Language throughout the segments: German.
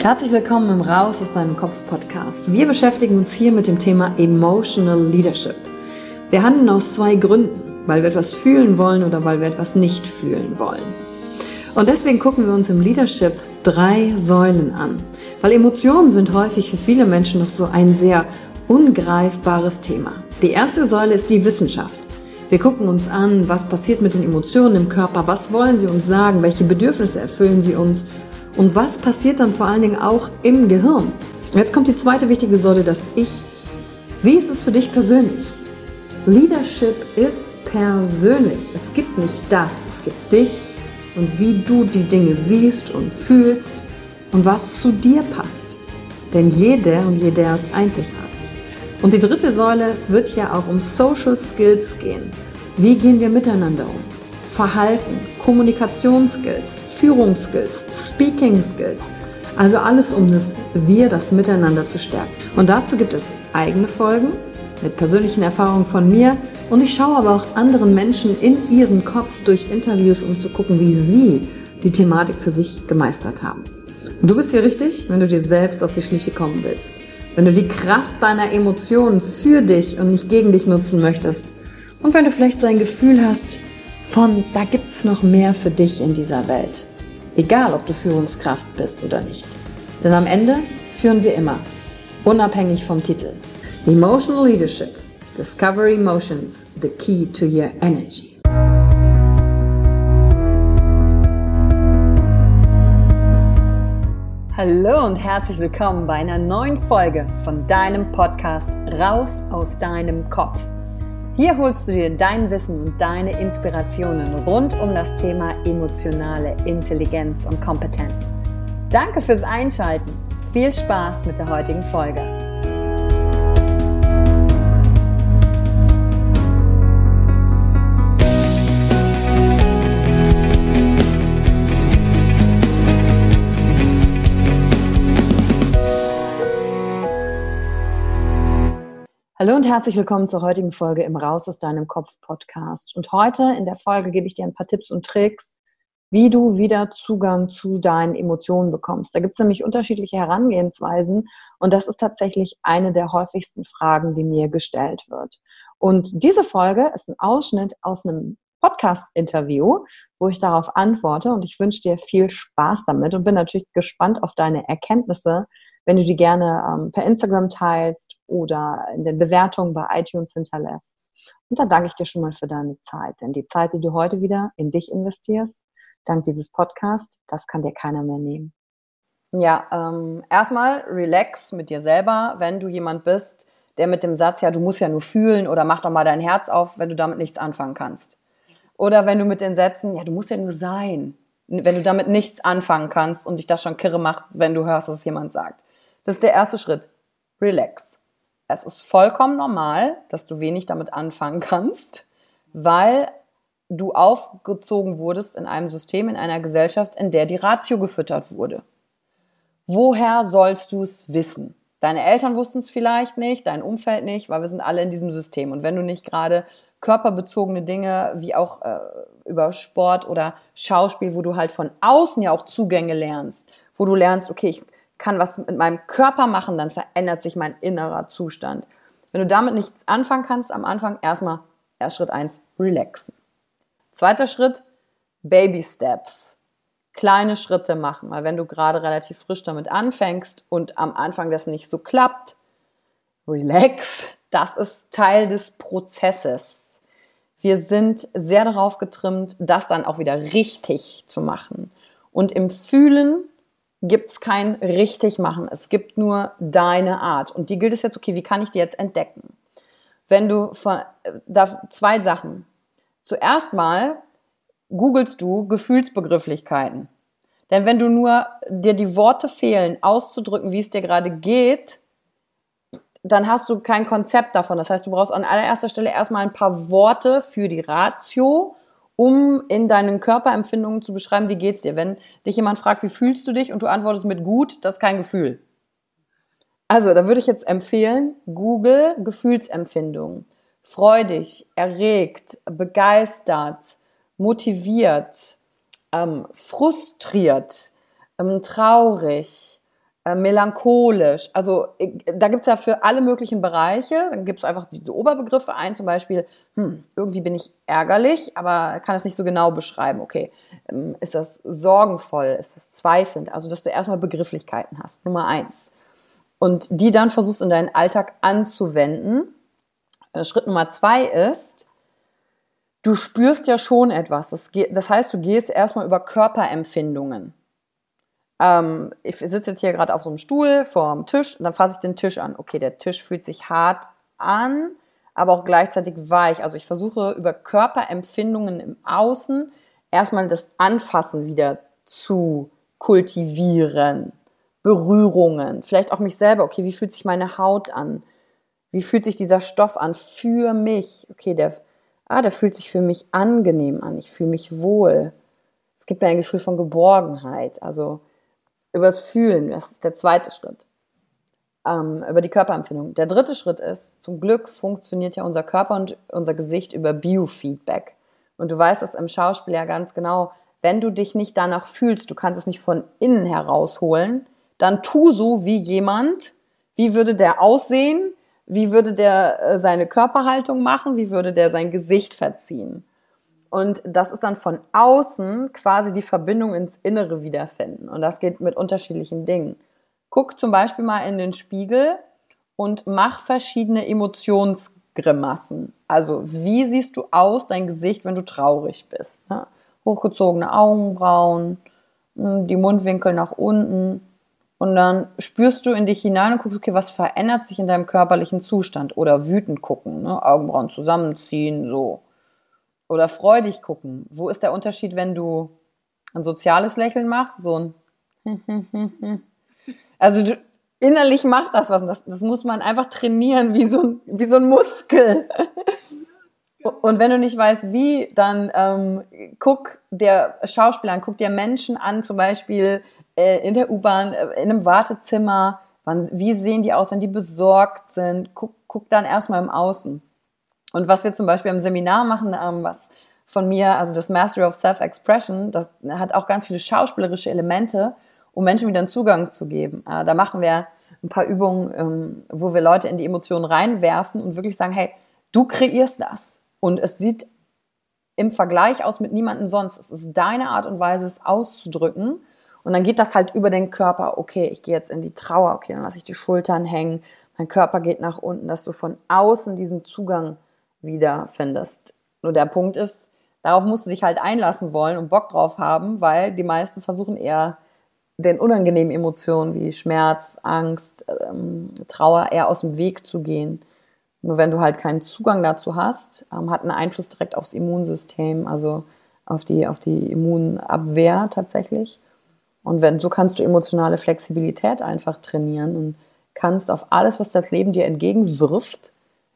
Herzlich willkommen im Raus aus deinem Kopf Podcast. Wir beschäftigen uns hier mit dem Thema Emotional Leadership. Wir handeln aus zwei Gründen, weil wir etwas fühlen wollen oder weil wir etwas nicht fühlen wollen. Und deswegen gucken wir uns im Leadership 3 Säulen an, weil Emotionen sind häufig für viele Menschen noch so ein sehr ungreifbares Thema. Die erste Säule ist die Wissenschaft. Wir gucken uns an, was passiert mit den Emotionen im Körper, was wollen sie uns sagen, welche Bedürfnisse erfüllen sie uns und was passiert dann vor allen Dingen auch im Gehirn. Und jetzt kommt die zweite wichtige Säule, das Ich. Wie ist es für dich persönlich? Leadership ist persönlich. Es gibt nicht das, es gibt dich und wie du die Dinge siehst und fühlst und was zu dir passt. Denn jede und jeder ist einzigartig. Und die dritte Säule, es wird ja auch um Social Skills gehen. Wie gehen wir miteinander um? Verhalten, Kommunikationsskills, Führungsskills, Speaking Skills. Also alles um das Miteinander zu stärken. Und dazu gibt es eigene Folgen mit persönlichen Erfahrungen von mir. Und ich schaue aber auch anderen Menschen in ihren Kopf durch Interviews, um zu gucken, wie sie die Thematik für sich gemeistert haben. Und du bist hier richtig, wenn du dir selbst auf die Schliche kommen willst. Wenn du die Kraft deiner Emotionen für dich und nicht gegen dich nutzen möchtest. Und wenn du vielleicht so ein Gefühl hast, da gibt's noch mehr für dich in dieser Welt. Egal, ob du Führungskraft bist oder nicht. Denn am Ende führen wir immer, unabhängig vom Titel. Emotional Leadership. Discover Emotions, the key to your energy. Hallo und herzlich willkommen bei einer neuen Folge von deinem Podcast Raus aus deinem Kopf. Hier holst du dir dein Wissen und deine Inspirationen rund um das Thema emotionale Intelligenz und Kompetenz. Danke fürs Einschalten. Viel Spaß mit der heutigen Folge. Hallo und herzlich willkommen zur heutigen Folge im Raus aus deinem Kopf Podcast. Und heute in der Folge gebe ich dir ein paar Tipps und Tricks, wie du wieder Zugang zu deinen Emotionen bekommst. Da gibt es nämlich unterschiedliche Herangehensweisen und das ist tatsächlich eine der häufigsten Fragen, die mir gestellt wird. Und diese Folge ist ein Ausschnitt aus einem Podcast-Interview, wo ich darauf antworte und ich wünsche dir viel Spaß damit und bin natürlich gespannt auf deine Erkenntnisse, wenn du die gerne per Instagram teilst oder in den Bewertungen bei iTunes hinterlässt. Und dann danke ich dir schon mal für deine Zeit, denn die Zeit, die du heute wieder in dich investierst, dank dieses Podcasts, das kann dir keiner mehr nehmen. Ja, erstmal relax mit dir selber, wenn du jemand bist, der mit dem Satz, ja, du musst ja nur fühlen oder mach doch mal dein Herz auf, wenn du damit nichts anfangen kannst. Oder wenn du mit den Sätzen, ja, du musst ja nur sein, wenn du damit nichts anfangen kannst und dich das schon kirre macht, wenn du hörst, dass es jemand sagt. Das ist der erste Schritt. Relax. Es ist vollkommen normal, dass du wenig damit anfangen kannst, weil du aufgezogen wurdest in einem System, in einer Gesellschaft, in der die Ratio gefüttert wurde. Woher sollst du es wissen? Deine Eltern wussten es vielleicht nicht, dein Umfeld nicht, weil wir sind alle in diesem System. Und wenn du nicht gerade körperbezogene Dinge wie auch über Sport oder Schauspiel, wo du halt von außen ja auch Zugänge lernst, wo du lernst, okay, ich kann was mit meinem Körper machen, dann verändert sich mein innerer Zustand. Wenn du damit nichts anfangen kannst, am Anfang erst Schritt 1, relaxen. Zweiter Schritt, Baby Steps. Kleine Schritte machen, weil wenn du gerade relativ frisch damit anfängst und am Anfang das nicht so klappt, relax, das ist Teil des Prozesses. Wir sind sehr darauf getrimmt, das dann auch wieder richtig zu machen. Und im Fühlen gibt es kein richtig machen. Es gibt nur deine Art. Und die gilt es jetzt, okay, wie kann ich die jetzt entdecken? Wenn du zwei Sachen. Zuerst mal googelst du Gefühlsbegrifflichkeiten. Denn wenn du nur dir die Worte fehlen, auszudrücken, wie es dir gerade geht, dann hast du kein Konzept davon. Das heißt, du brauchst an allererster Stelle erstmal ein paar Worte für die Ratio, um in deinen Körperempfindungen zu beschreiben, wie geht's dir. Wenn dich jemand fragt, wie fühlst du dich und du antwortest mit gut, das ist kein Gefühl. Also, da würde ich jetzt empfehlen, Google Gefühlsempfindungen. Freudig, erregt, begeistert, motiviert, frustriert, traurig, melancholisch. Also da gibt es ja für alle möglichen Bereiche, dann gibt es einfach diese Oberbegriffe ein, zum Beispiel, irgendwie bin ich ärgerlich, aber kann es nicht so genau beschreiben. Okay, ist das sorgenvoll, ist das zweifelnd? Also dass du erstmal Begrifflichkeiten hast, Nummer 1. Und die dann versuchst in deinen Alltag anzuwenden. Schritt Nummer 2 ist, du spürst ja schon etwas. Das heißt, du gehst erstmal über Körperempfindungen. Ich sitze jetzt hier gerade auf so einem Stuhl vorm Tisch und dann fasse ich den Tisch an. Okay, der Tisch fühlt sich hart an, aber auch gleichzeitig weich. Also ich versuche über Körperempfindungen im Außen erstmal das Anfassen wieder zu kultivieren. Berührungen, vielleicht auch mich selber. Okay, wie fühlt sich meine Haut an? Wie fühlt sich dieser Stoff an für mich? Okay, der fühlt sich für mich angenehm an. Ich fühle mich wohl. Es gibt mir ein Gefühl von Geborgenheit. Also übers Fühlen, das ist der zweite Schritt. Über die Körperempfindung. Der dritte Schritt ist, zum Glück funktioniert ja unser Körper und unser Gesicht über Biofeedback. Und du weißt das im Schauspiel ja ganz genau, wenn du dich nicht danach fühlst, du kannst es nicht von innen herausholen, dann tu so wie jemand, wie würde der aussehen, wie würde der seine Körperhaltung machen, wie würde der sein Gesicht verziehen. Und das ist dann von außen quasi die Verbindung ins Innere wiederfinden. Und das geht mit unterschiedlichen Dingen. Guck zum Beispiel mal in den Spiegel und mach verschiedene Emotionsgrimassen. Also wie siehst du aus, dein Gesicht, wenn du traurig bist? Ne? Hochgezogene Augenbrauen, die Mundwinkel nach unten. Und dann spürst du in dich hinein und guckst, okay, was verändert sich in deinem körperlichen Zustand? Oder wütend gucken, ne? Augenbrauen zusammenziehen, so. Oder freudig gucken. Wo ist der Unterschied, wenn du ein soziales Lächeln machst? So ein Also innerlich macht das was. Das muss man einfach trainieren, wie so ein Muskel. Und wenn du nicht weißt, wie, dann guck dir Schauspieler an, guck dir Menschen an, zum Beispiel in der U-Bahn, in einem Wartezimmer. Wie sehen die aus, wenn die besorgt sind? Guck dann erstmal im Außen. Und was wir zum Beispiel im Seminar machen, was von mir, also das Mastery of Self-Expression, das hat auch ganz viele schauspielerische Elemente, um Menschen wieder einen Zugang zu geben. Da machen wir ein paar Übungen, wo wir Leute in die Emotionen reinwerfen und wirklich sagen, hey, du kreierst das. Und es sieht im Vergleich aus mit niemandem sonst. Es ist deine Art und Weise, es auszudrücken. Und dann geht das halt über den Körper. Okay, ich gehe jetzt in die Trauer. Okay, dann lasse ich die Schultern hängen. Mein Körper geht nach unten, dass du von außen diesen Zugang wiederfindest. Nur der Punkt ist, darauf musst du dich halt einlassen wollen und Bock drauf haben, weil die meisten versuchen eher den unangenehmen Emotionen wie Schmerz, Angst, Trauer eher aus dem Weg zu gehen. Nur wenn du halt keinen Zugang dazu hast, hat einen Einfluss direkt aufs Immunsystem, also auf die Immunabwehr tatsächlich. Und so kannst du emotionale Flexibilität einfach trainieren und kannst auf alles, was das Leben dir entgegenwirft,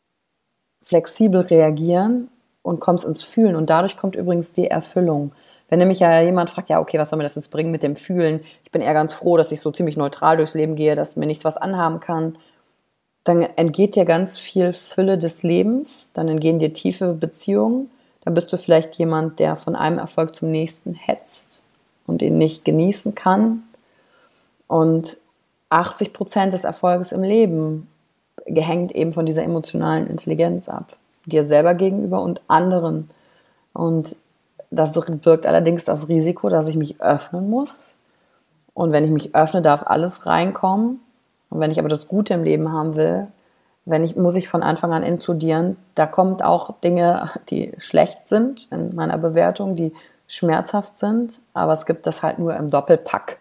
flexibel reagieren und kommst ins Fühlen. Und dadurch kommt übrigens die Erfüllung. Wenn nämlich ja jemand fragt, ja okay, was soll mir das jetzt bringen mit dem Fühlen? Ich bin eher ganz froh, dass ich so ziemlich neutral durchs Leben gehe, dass mir nichts was anhaben kann. Dann entgeht dir ganz viel Fülle des Lebens, dann entgehen dir tiefe Beziehungen. Dann bist du vielleicht jemand, der von einem Erfolg zum nächsten hetzt und ihn nicht genießen kann. Und 80% des Erfolges im Leben hängt eben von dieser emotionalen Intelligenz ab. Dir selber gegenüber und anderen. Und das birgt allerdings das Risiko, dass ich mich öffnen muss. Und wenn ich mich öffne, darf alles reinkommen. Und wenn ich aber das Gute im Leben haben will, muss ich von Anfang an inkludieren. Da kommt auch Dinge, die schlecht sind in meiner Bewertung, die schmerzhaft sind. Aber es gibt das halt nur im Doppelpack.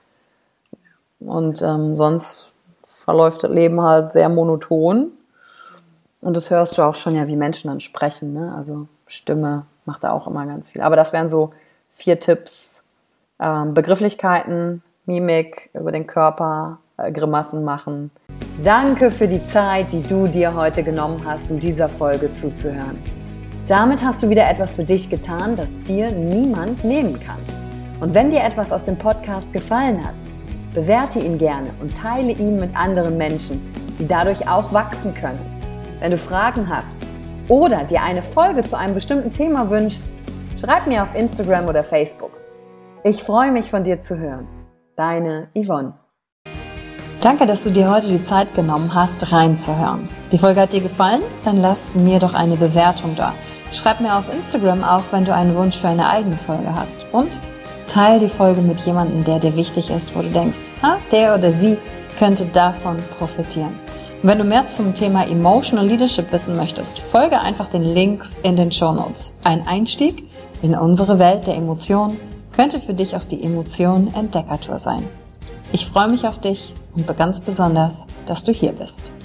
Und sonst verläuft das Leben halt sehr monoton. Und das hörst du auch schon, ja, wie Menschen dann sprechen, ne? Also Stimme macht da auch immer ganz viel. Aber das wären so 4 Tipps. Begrifflichkeiten, Mimik über den Körper, Grimassen machen. Danke für die Zeit, die du dir heute genommen hast, um dieser Folge zuzuhören. Damit hast du wieder etwas für dich getan, das dir niemand nehmen kann. Und wenn dir etwas aus dem Podcast gefallen hat, bewerte ihn gerne und teile ihn mit anderen Menschen, die dadurch auch wachsen können. Wenn du Fragen hast oder dir eine Folge zu einem bestimmten Thema wünschst, schreib mir auf Instagram oder Facebook. Ich freue mich, von dir zu hören. Deine Yvonne. Danke, dass du dir heute die Zeit genommen hast, reinzuhören. Die Folge hat dir gefallen? Dann lass mir doch eine Bewertung da. Schreib mir auf Instagram auch, wenn du einen Wunsch für eine eigene Folge hast. Und teile die Folge mit jemandem, der dir wichtig ist, wo du denkst, der oder sie könnte davon profitieren. Und wenn du mehr zum Thema Emotional Leadership wissen möchtest, folge einfach den Links in den Shownotes. Ein Einstieg in unsere Welt der Emotionen könnte für dich auch die Emotionen Entdeckertour sein. Ich freue mich auf dich und ganz besonders, dass du hier bist.